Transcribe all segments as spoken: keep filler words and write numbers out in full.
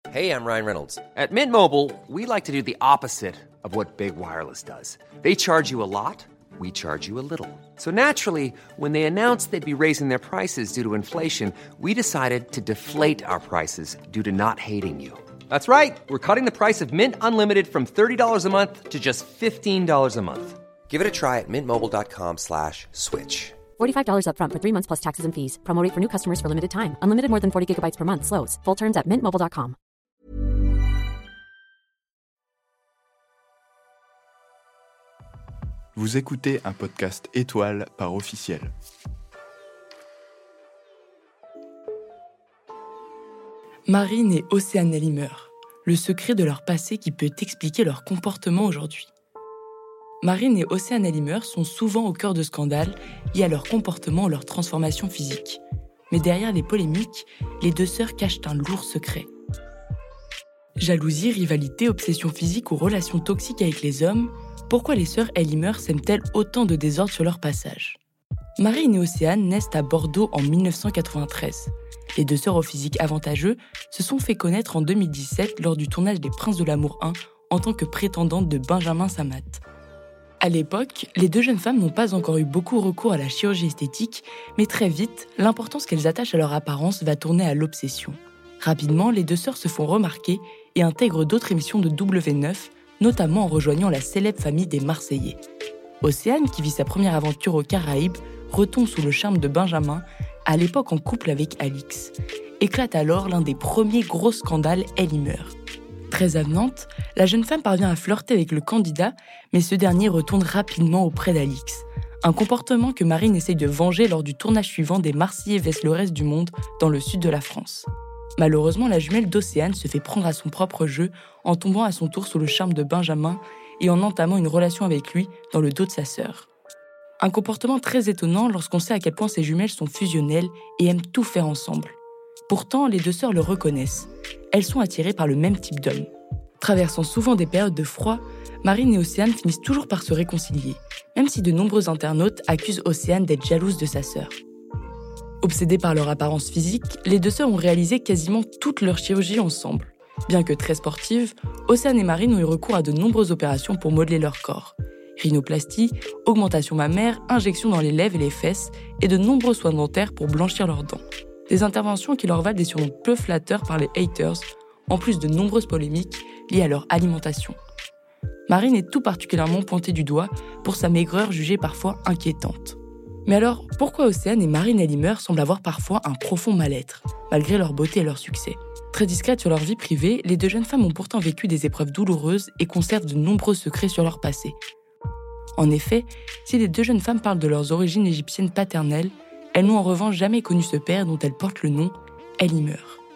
Hey, I'm Ryan Reynolds. At Mint Mobile, we like to do the opposite of what Big Wireless does. They charge you a lot, we charge you a little. So naturally, when they announced they'd be raising their prices due to inflation, we decided to deflate our prices due to not hating you. That's right. We're cutting the price of Mint Unlimited from thirty dollars a month to just fifteen dollars a month. Give it a try at mintmobile.com slash switch. forty-five dollars up front for three months plus taxes and fees. Promo rate for new customers for limited time. Unlimited more than forty gigabytes per month. Slows full terms at mint mobile dot com. Vous écoutez un podcast Étoile par Officiel. Marine et Océane Ellimer, le secret de leur passé qui peut expliquer leur comportement aujourd'hui. Marine et Océane Ellimer sont souvent au cœur de scandales liés à leur comportement ou leur transformation physique. Mais derrière les polémiques, les deux sœurs cachent un lourd secret. Jalousie, rivalité, obsession physique ou relations toxiques avec les hommes, pourquoi les sœurs Ellimer sèment-elles autant de désordre sur leur passage ? Marine et Océane naissent à Bordeaux en dix-neuf cent quatre-vingt-treize. Les deux sœurs au physique avantageux se sont fait connaître en deux mille dix-sept lors du tournage des Princes de l'amour un en tant que prétendantes de Benjamin Samat. À l'époque, les deux jeunes femmes n'ont pas encore eu beaucoup recours à la chirurgie esthétique, mais très vite, l'importance qu'elles attachent à leur apparence va tourner à l'obsession. Rapidement, les deux sœurs se font remarquer et intègrent d'autres émissions de W neuf, notamment en rejoignant la célèbre famille des Marseillais. Océane, qui vit sa première aventure aux Caraïbes, retombe sous le charme de Benjamin, à l'époque en couple avec Alix. Éclate alors l'un des premiers gros scandales Ellimer. Très avenante, la jeune femme parvient à flirter avec le candidat, mais ce dernier retourne rapidement auprès d'Alix. Un comportement que Marine essaye de venger lors du tournage suivant des Marseillais vestent le reste du monde dans le sud de la France. Malheureusement, la jumelle d'Océane se fait prendre à son propre jeu en tombant à son tour sous le charme de Benjamin et en entamant une relation avec lui dans le dos de sa sœur. Un comportement très étonnant lorsqu'on sait à quel point ces jumelles sont fusionnelles et aiment tout faire ensemble. Pourtant, les deux sœurs le reconnaissent. Elles sont attirées par le même type d'homme. Traversant souvent des périodes de froid, Marine et Océane finissent toujours par se réconcilier, même si de nombreux internautes accusent Océane d'être jalouse de sa sœur. Obsédées par leur apparence physique, les deux sœurs ont réalisé quasiment toute leur chirurgie ensemble. Bien que très sportives, Océane et Marine ont eu recours à de nombreuses opérations pour modeler leur corps. Rhinoplastie, augmentation mammaire, injections dans les lèvres et les fesses et de nombreux soins dentaires pour blanchir leurs dents. Des interventions qui leur valent des surnoms peu flatteurs par les haters, en plus de nombreuses polémiques liées à leur alimentation. Marine est tout particulièrement pointée du doigt pour sa maigreur jugée parfois inquiétante. Mais alors, pourquoi Océane et Marine Ellimer semblent avoir parfois un profond mal-être, malgré leur beauté et leur succès ? Très discrètes sur leur vie privée, les deux jeunes femmes ont pourtant vécu des épreuves douloureuses et conservent de nombreux secrets sur leur passé. En effet, si les deux jeunes femmes parlent de leurs origines égyptiennes paternelles, elles n'ont en revanche jamais connu ce père dont elles portent le nom, Ellimer.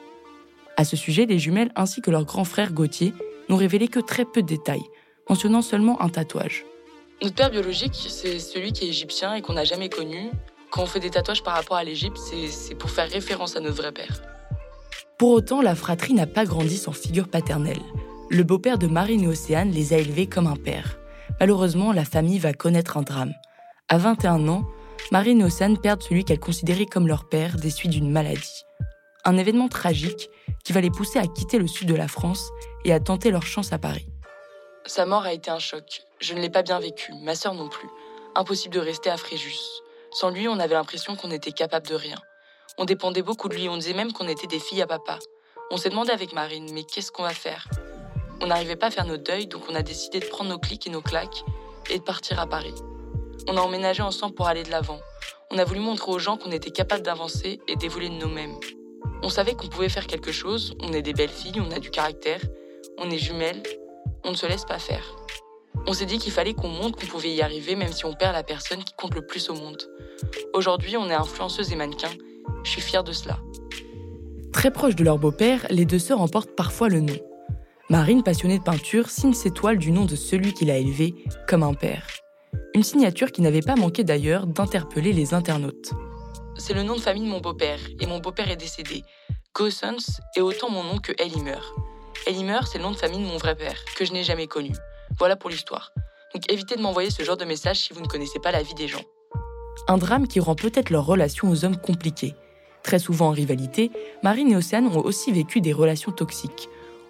À ce sujet, les jumelles ainsi que leur grand frère Gauthier n'ont révélé que très peu de détails, mentionnant seulement un tatouage. Notre père biologique, c'est celui qui est égyptien et qu'on n'a jamais connu. Quand on fait des tatouages par rapport à l'Égypte, c'est, c'est pour faire référence à notre vrai père. Pour autant, la fratrie n'a pas grandi sans figure paternelle. Le beau-père de Marine et Océane les a élevés comme un père. Malheureusement, la famille va connaître un drame. À vingt et un ans, Marine et Océane perdent celui qu'elles considéraient comme leur père des suites d'une maladie. Un événement tragique qui va les pousser à quitter le sud de la France et à tenter leur chance à Paris. Sa mort a été un choc. Je ne l'ai pas bien vécu, ma sœur non plus. Impossible de rester à Fréjus. Sans lui, on avait l'impression qu'on était capable de rien. On dépendait beaucoup de lui, on disait même qu'on était des filles à papa. On s'est demandé avec Marine, mais qu'est-ce qu'on va faire ? On n'arrivait pas à faire notre deuil, donc on a décidé de prendre nos clics et nos claques et de partir à Paris. On a emménagé ensemble pour aller de l'avant. On a voulu montrer aux gens qu'on était capable d'avancer et d'évoluer de nous-mêmes. On savait qu'on pouvait faire quelque chose, on est des belles filles, on a du caractère, on est jumelles, on ne se laisse pas faire. On s'est dit qu'il fallait qu'on montre qu'on pouvait y arriver même si on perd la personne qui compte le plus au monde. Aujourd'hui, on est influenceuses et mannequins, je suis fière de cela. Très proches de leur beau-père, les deux sœurs en portent parfois le nom. Marine, passionnée de peinture, signe ses toiles du nom de celui qui l'a élevée comme un père. Une signature qui n'avait pas manqué d'ailleurs d'interpeller les internautes. C'est le nom de famille de mon beau-père, et mon beau-père est décédé. Goossens est autant mon nom que Ellimer. Ellimer, c'est le nom de famille de mon vrai père, que je n'ai jamais connu. Voilà pour l'histoire. Donc évitez de m'envoyer ce genre de message si vous ne connaissez pas la vie des gens. Un drame qui rend peut-être leur relation aux hommes compliquée. Très souvent en rivalité, Marine et Océane ont aussi vécu des relations toxiques.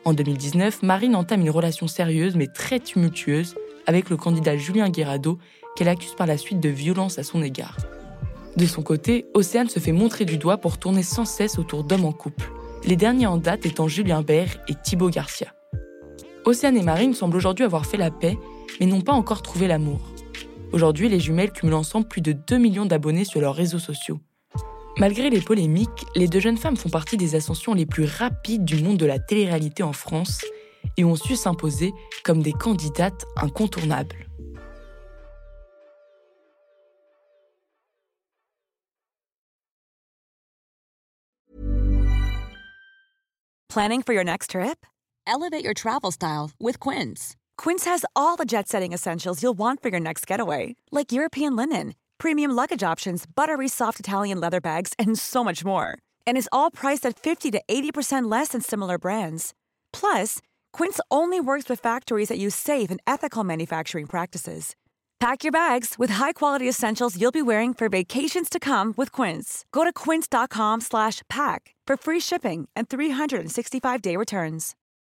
En deux mille dix-neuf, Marine entame une relation sérieuse mais très tumultueuse avec le candidat Julien Guirado, qu'elle accuse par la suite de violence à son égard. De son côté, Océane se fait montrer du doigt pour tourner sans cesse autour d'hommes en couple, les derniers en date étant Julien Bert et Thibaut Garcia. Océane et Marine semblent aujourd'hui avoir fait la paix, mais n'ont pas encore trouvé l'amour. Aujourd'hui, les jumelles cumulent ensemble plus de deux millions d'abonnés sur leurs réseaux sociaux. Malgré les polémiques, les deux jeunes femmes font partie des ascensions les plus rapides du monde de la télé-réalité en France et ont su s'imposer comme des candidates incontournables. Planning for your next trip? Elevate your travel style with Quince. Quince has all the jet-setting essentials you'll want for your next getaway, like European linen, premium luggage options, buttery soft Italian leather bags, and so much more. And is all priced at fifty to eighty percent less than similar brands. Plus, Quince only works with factories that use safe and ethical manufacturing practices. Pack your bags with high-quality essentials you'll be wearing for vacations to come with Quince. Go to quince.com slash pack for free shipping and three sixty-five day returns.